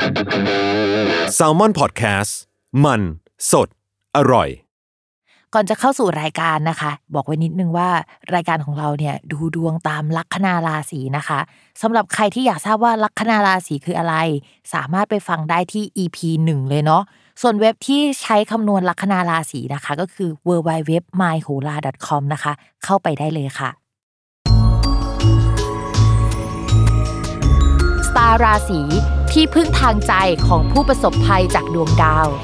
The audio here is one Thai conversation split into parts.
Salmon Podcast มันสดอร่อยก่อนจะเข้าสู่รายการนะคะบอกไว้นิดนึงว่ารายการของเราเนี่ยดูดวงตามลัคนาราศีนะคะสำหรับใครที่อยากทราบว่าลัคนาราศีคืออะไรสามารถไปฟังได้ที่ EP 1เลยเนาะส่วนเว็บที่ใช้คำนวณลัคนาราศีนะคะก็คือ www.myhola.com นะคะเข้าไปได้เลยค่ะสตาร์ราศีที่พึ่งทางใจของผู้ประสบภัยจากดวงดาว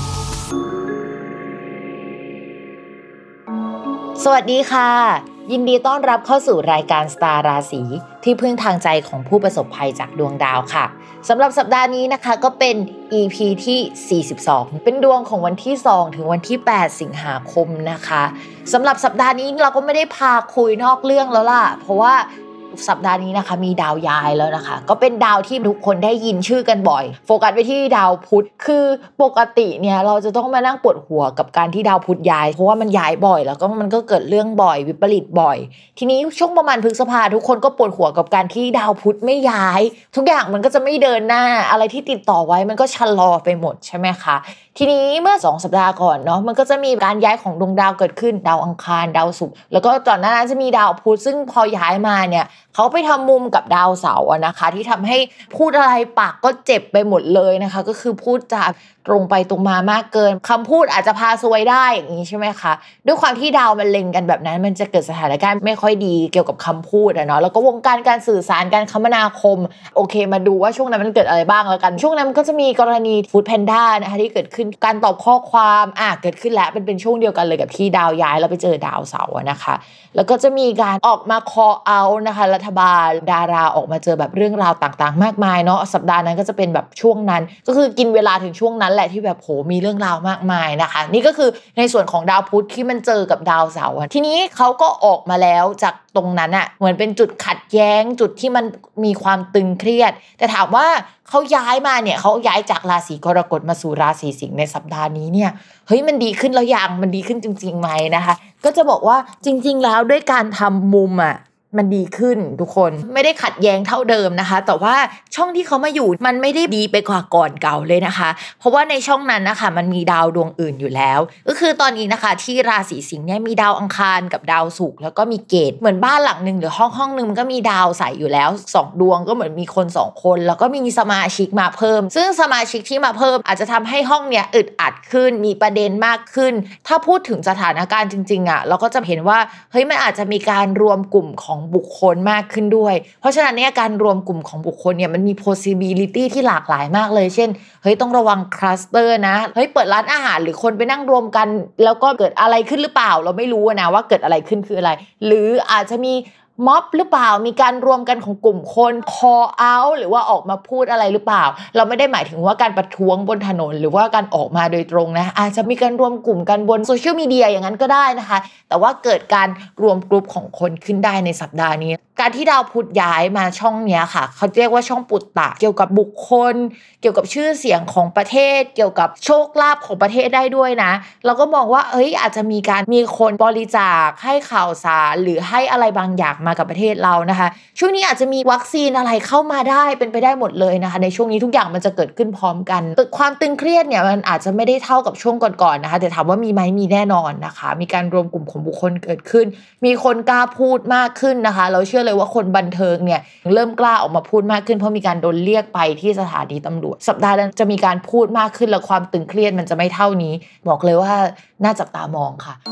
สวัสดีค่ะยินดีต้อนรับเข้าสู่รายการสตาร์ราศีที่พึ่งทางใจของผู้ประสบภัยจากดวงดาวค่ะสำหรับสัปดาห์นี้นะคะก็เป็น EP ที่42เป็นดวงของวันที่2ถึงวันที่8สิงหาคมนะคะสำหรับสัปดาห์นี้เราก็ไม่ได้พาคุยนอกเรื่องแล้วล่ะเพราะว่าสัปดาห์นี้นะคะมีดาวย้ายแล้วนะคะก็เป็นดาวที่ทุกคนได้ยินชื่อกันบ่อยโฟกัสไปที่ดาวพุธคือปกติเนี่ยเราจะต้องมานั่งปวดหัวกับการที่ดาวพุธย้ายเพราะว่ามันย้ายบ่อยแล้วก็มันก็เกิดเรื่องบ่อยวิปริตบ่อยทีนี้ช่วงประมาณพฤษภาทุกคนก็ปวดหัวกับการที่ดาวพุธไม่ย้ายทุกอย่างมันก็จะไม่เดินหน้าอะไรที่ติดต่อไว้มันก็ชะลอไปหมดใช่ไหมคะทีนี้เมื่อ2สัปดาห์ก่อนเนาะมันก็จะมีการย้ายของดวงดาวเกิดขึ้นดาวอังคารดาวศุกร์แล้วก็ก่อนหน้านั้นจะมีดาวพุธซึ่งพอย้ายมาเนี่ยเขาไปทำมุมกับดาวเสาร์นะคะที่ทำให้พูดอะไรปากก็เจ็บไปหมดเลยนะคะก็คือพูดจาตรงไปตรงมามากเกินคำพูดอาจจะพาซวยได้อย่างนี้ใช่ไหมคะด้วยความที่ดาวมันเล็งกันแบบนั้นมันจะเกิดสถานการณ์ไม่ค่อยดีเกี่ยวกับคำพูดเนาะแล้วก็วงการสื่อสารการคมนาคมโอเคมาดูว่าช่วงนั้นมันเกิดอะไรบ้างแล้วกันช่วงนั้นมันก็จะมีกรณีฟู้ดแพนด้านะคะที่เกิดขึ้นการตอบข้อความเกิดขึ้นแล้วเป็นช่วงเดียวกันเลยกับที่ดาวย้ายแล้วไปเจอดาวเสาร์นะคะแล้วก็จะมีการออกมา call out นะคะรัฐบาลดาราออกมาเจอแบบเรื่องราวต่างๆมากมายเนาะสัปดาห์นั้นก็จะเป็นแบบช่วงนั้นก็คือกินเวลาถึงช่วงนั้นแหละที่แบบโหมีเรื่องราวมากมายนะคะนี่ก็คือในส่วนของดาวพุธที่มันเจอกับดาวเสาร์ทีนี้เขาก็ออกมาแล้วจากตรงนั้นเหมือนเป็นจุดขัดแย้งจุดที่มันมีความตึงเครียดแต่ถามว่าเขาย้ายมาเนี่ยเขาย้ายจากราศีกรกฎมาสู่ราศีสิงห์ในสัปดาห์นี้เนี่ยเฮ้ยมันดีขึ้นแล้วยังมันดีขึ้นจริงๆไหมนะคะก็จะบอกว่าจริงๆแล้วด้วยการทำมุมมันดีขึ้นทุกคนไม่ได้ขัดแย้งเท่าเดิมนะคะแต่ว่าช่องที่เขามาอยู่มันไม่ได้ดีไปกว่าก่อนเก่าเลยนะคะเพราะว่าในช่องนั้นนะคะมันมีดาวดวงอื่นอยู่แล้วก็คือตอนนี้นะคะที่ราศีสิงห์เนี่ยมีดาวอังคารกับดาวศุกร์แล้วก็มีเกตเหมือนบ้านหลังนึงหรือห้องนึงมันก็มีดาวใส่อยู่แล้ว2ดวงก็เหมือนมีคน2คนแล้วก็มีสมาชิกมาเพิ่มซึ่งสมาชิกที่มาเพิ่มอาจจะทำให้ห้องเนี้ยอึดอัดขึ้นมีประเด็นมากขึ้นถ้าพูดถึงสถานการณ์จริงๆเราก็จะเห็นว่าเฮ้ยมันอาจจะมีการรวมกลุ่มของบุคคลมากขึ้นด้วยเพราะฉะนั้นเนี่ยการรวมกลุ่มของบุคคลเนี่ยมันมี possibility ที่หลากหลายมากเลยเช่นเฮ้ยต้องระวังคลัสเตอร์นะเฮ้ยเปิดร้านอาหารหรือคนไปนั่งรวมกันแล้วก็เกิดอะไรขึ้นหรือเปล่าเราไม่รู้นะว่าเกิดอะไรขึ้นคืออะไรหรืออาจจะมีม็อบหรือเปล่ามีการรวมกันของกลุ่มคน call out หรือว่าออกมาพูดอะไรหรือเปล่าเราไม่ได้หมายถึงว่าการประท้วงบนถนนหรือว่าการออกมาโดยตรงนะอาจจะมีการรวมกลุ่มกันบนโซเชียลมีเดียอย่างนั้นก็ได้นะคะแต่ว่าเกิดการรวมกลุ่มของคนขึ้นได้ในสัปดาห์นี้การที่ดาวพุธย้ายมาช่องเนี้ยค่ะเขาเรียกว่าช่องปุตตะเกี่ยวกับบุคคลเกี่ยวกับชื่อเสียงของประเทศเกี่ยวกับโชคลาภของประเทศได้ด้วยนะเราก็มองว่าอาจจะมีคนบริจาคให้ข่าวสารหรือให้อะไรบางอย่างมากับประเทศเรานะคะช่วงนี้อาจจะมีวัคซีนอะไรเข้ามาได้เป็นไปได้หมดเลยนะคะในช่วงนี้ทุกอย่างมันจะเกิดขึ้นพร้อมกันความตึงเครียดเนี่ยมันอาจจะไม่ได้เท่ากับช่วงก่อนๆนะคะแต่ถามว่ามีไหมมีแน่นอนนะคะมีการรวมกลุ่มของบุคคลเกิดขึ้นมีคนกล้าพูดมากขึ้นนะคะเราเชื่อเลยว่าคนบันเทิงเนี่ยเริ่มกล้าออกมาพูดมากขึ้นเพราะมีการโดนเรียกไปที่สถานีตำรวจสัปดาห์นั้นจะมีการพูดมากขึ้นและความตึงเครียดมันจะไม่เท่านี้บอกเลยว่าน่าจับตามองค่ะ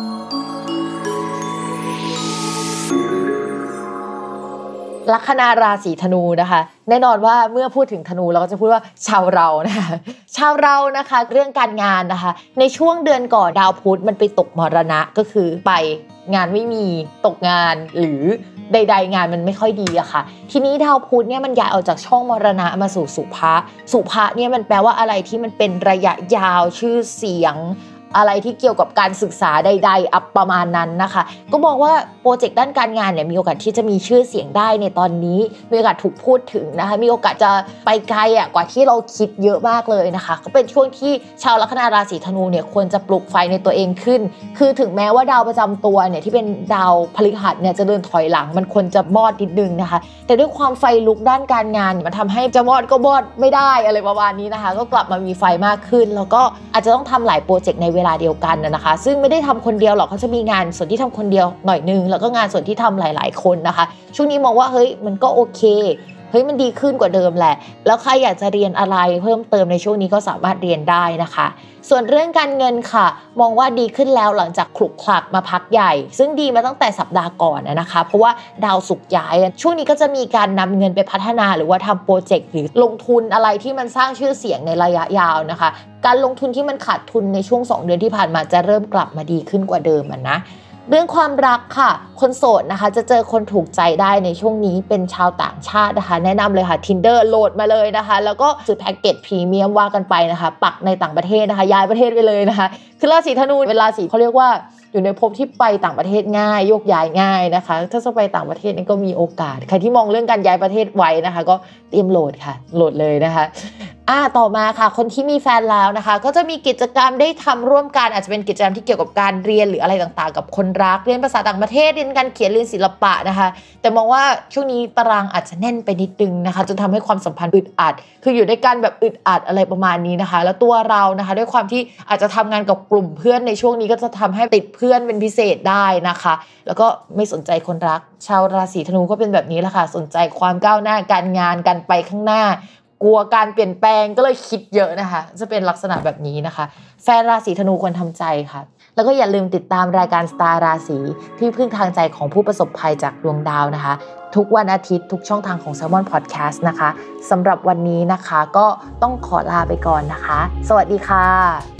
ลัคนาราศีธนูนะคะแน่นอนว่าเมื่อพูดถึงธนูเราก็จะพูดว่าชาวเรานะคะเรื่องการงานนะคะในช่วงเดือนก่อนดาวพุธมันไปตกมรณะก็คือไปงานไม่มีตกงานหรือใดๆงานมันไม่ค่อยดีอะค่ะทีนี้ดาวพุธเนี่ยมันย้ายออกจากช่องมรณะมาสู่สุภะเนี่ยมันแปลว่าอะไรที่มันเป็นระยะยาวชื่อเสียงอะไรที่เกี่ยวกับการศึกษาใดๆประมาณนั้นนะคะก็มองว่าโปรเจกต์ด้านการงานเนี่ยมีโอกาสที่จะมีชื่อเสียงได้ในตอนนี้มีโอกาสถูกพูดถึงนะคะมีโอกาสจะไปไกลกว่าที่เราคิดเยอะมากเลยนะคะก็เป็นช่วงที่ชาวลัคนาราศีธนูเนี่ยควรจะปลุกไฟในตัวเองขึ้นคือถึงแม้ว่าดาวประจำตัวเนี่ยที่เป็นดาวพฤหัสเนี่ยจะเดินถอยหลังมันควรจะมอดนิดนึงนะคะแต่ด้วยความไฟลุกด้านการงานมันทำให้จะมอดก็มอดไม่ได้อะไรประมาณนี้นะคะก็กลับมามีไฟมากขึ้นแล้วก็อาจจะต้องทำหลายโปรเจกต์ในเวลาเดียวกันนะคะซึ่งไม่ได้ทำคนเดียวหรอกเขาจะมีงานส่วนที่ทำคนเดียวหน่อยนึงแล้วก็งานส่วนที่ทำหลายๆคนนะคะช่วงนี้มองว่าเฮ้ยมันก็โอเคมันดีขึ้นกว่าเดิมแหละแล้วใครอยากจะเรียนอะไรเพิ่มเติมในช่วงนี้ก็สามารถเรียนได้นะคะส่วนเรื่องการเงินค่ะมองว่าดีขึ้นแล้วหลังจากขลุกขลักมาพักใหญ่ซึ่งดีมาตั้งแต่สัปดาห์ก่อนนะคะเพราะว่าดาวศุกร์ย้ายช่วงนี้ก็จะมีการนำเงินไปพัฒนาหรือว่าทำโปรเจกต์หรือลงทุนอะไรที่มันสร้างชื่อเสียงในระยะยาวนะคะการลงทุนที่มันขาดทุนในช่วง2 เดือนที่ผ่านมาจะเริ่มกลับมาดีขึ้นกว่าเดิมนะเรื่องความรักค่ะคนโสดนะคะจะเจอคนถูกใจได้ในช่วงนี้เป็นชาวต่างชาตินะคะแนะนำเลยค่ะ Tinder โหลดมาเลยนะคะแล้วก็ซื้อแพ็กเกจพรีเมียมว่ากันไปนะคะปักในต่างประเทศนะคะย้ายประเทศไปเลยนะคะคือราศีธนูเป็นราศีเขาเรียกว่าอยู่ในภพที่ไปต่างประเทศง่ายโยกย้ายง่ายนะคะถ้าจะไปต่างประเทศนี่ก็มีโอกาสใครที่มองเรื่องการย้ายประเทศไว้นะคะก็เตรียมโหลดค่ะโหลดเลยนะคะต่อมาค่ะคนที่มีแฟนแล้วนะคะก็จะมีกิจกรรมได้ทำร่วมกันอาจจะเป็นกิจกรรมที่เกี่ยวกับการเรียนหรืออะไรต่างๆกับคนรักเรียนภาษาต่างประเทศเรียนการเขียนเรียนศิลปะนะคะแต่มองว่าช่วงนี้ตารางอาจจะแน่นไปนิดนึงนะคะจนทำให้ความสัมพันธ์อึดอัดคืออยู่ในการแบบอึดอัดอะไรประมาณนี้นะคะแล้วตัวเรานะคะด้วยความที่อาจจะทำงานกับกลุ่มเพื่อนในช่วงนี้ก็จะทำให้ติดเพื่อนเป็นพิเศษได้นะคะแล้วก็ไม่สนใจคนรักชาวราศีธนูก็เป็นแบบนี้แหละค่ะสนใจความก้าวหน้าการงานการไปข้างหน้ากลัวการเปลี่ยนแปลงก็เลยคิดเยอะนะคะจะเป็นลักษณะแบบนี้นะคะแฟนราศีธนูควรทำใจค่ะแล้วก็อย่าลืมติดตามรายการสตาร์ราศีที่พึ่งทางใจของผู้ประสบภัยจากดวงดาวนะคะทุกวันอาทิตย์ทุกช่องทางของ Salmon Podcast นะคะสำหรับวันนี้นะคะก็ต้องขอลาไปก่อนนะคะสวัสดีค่ะ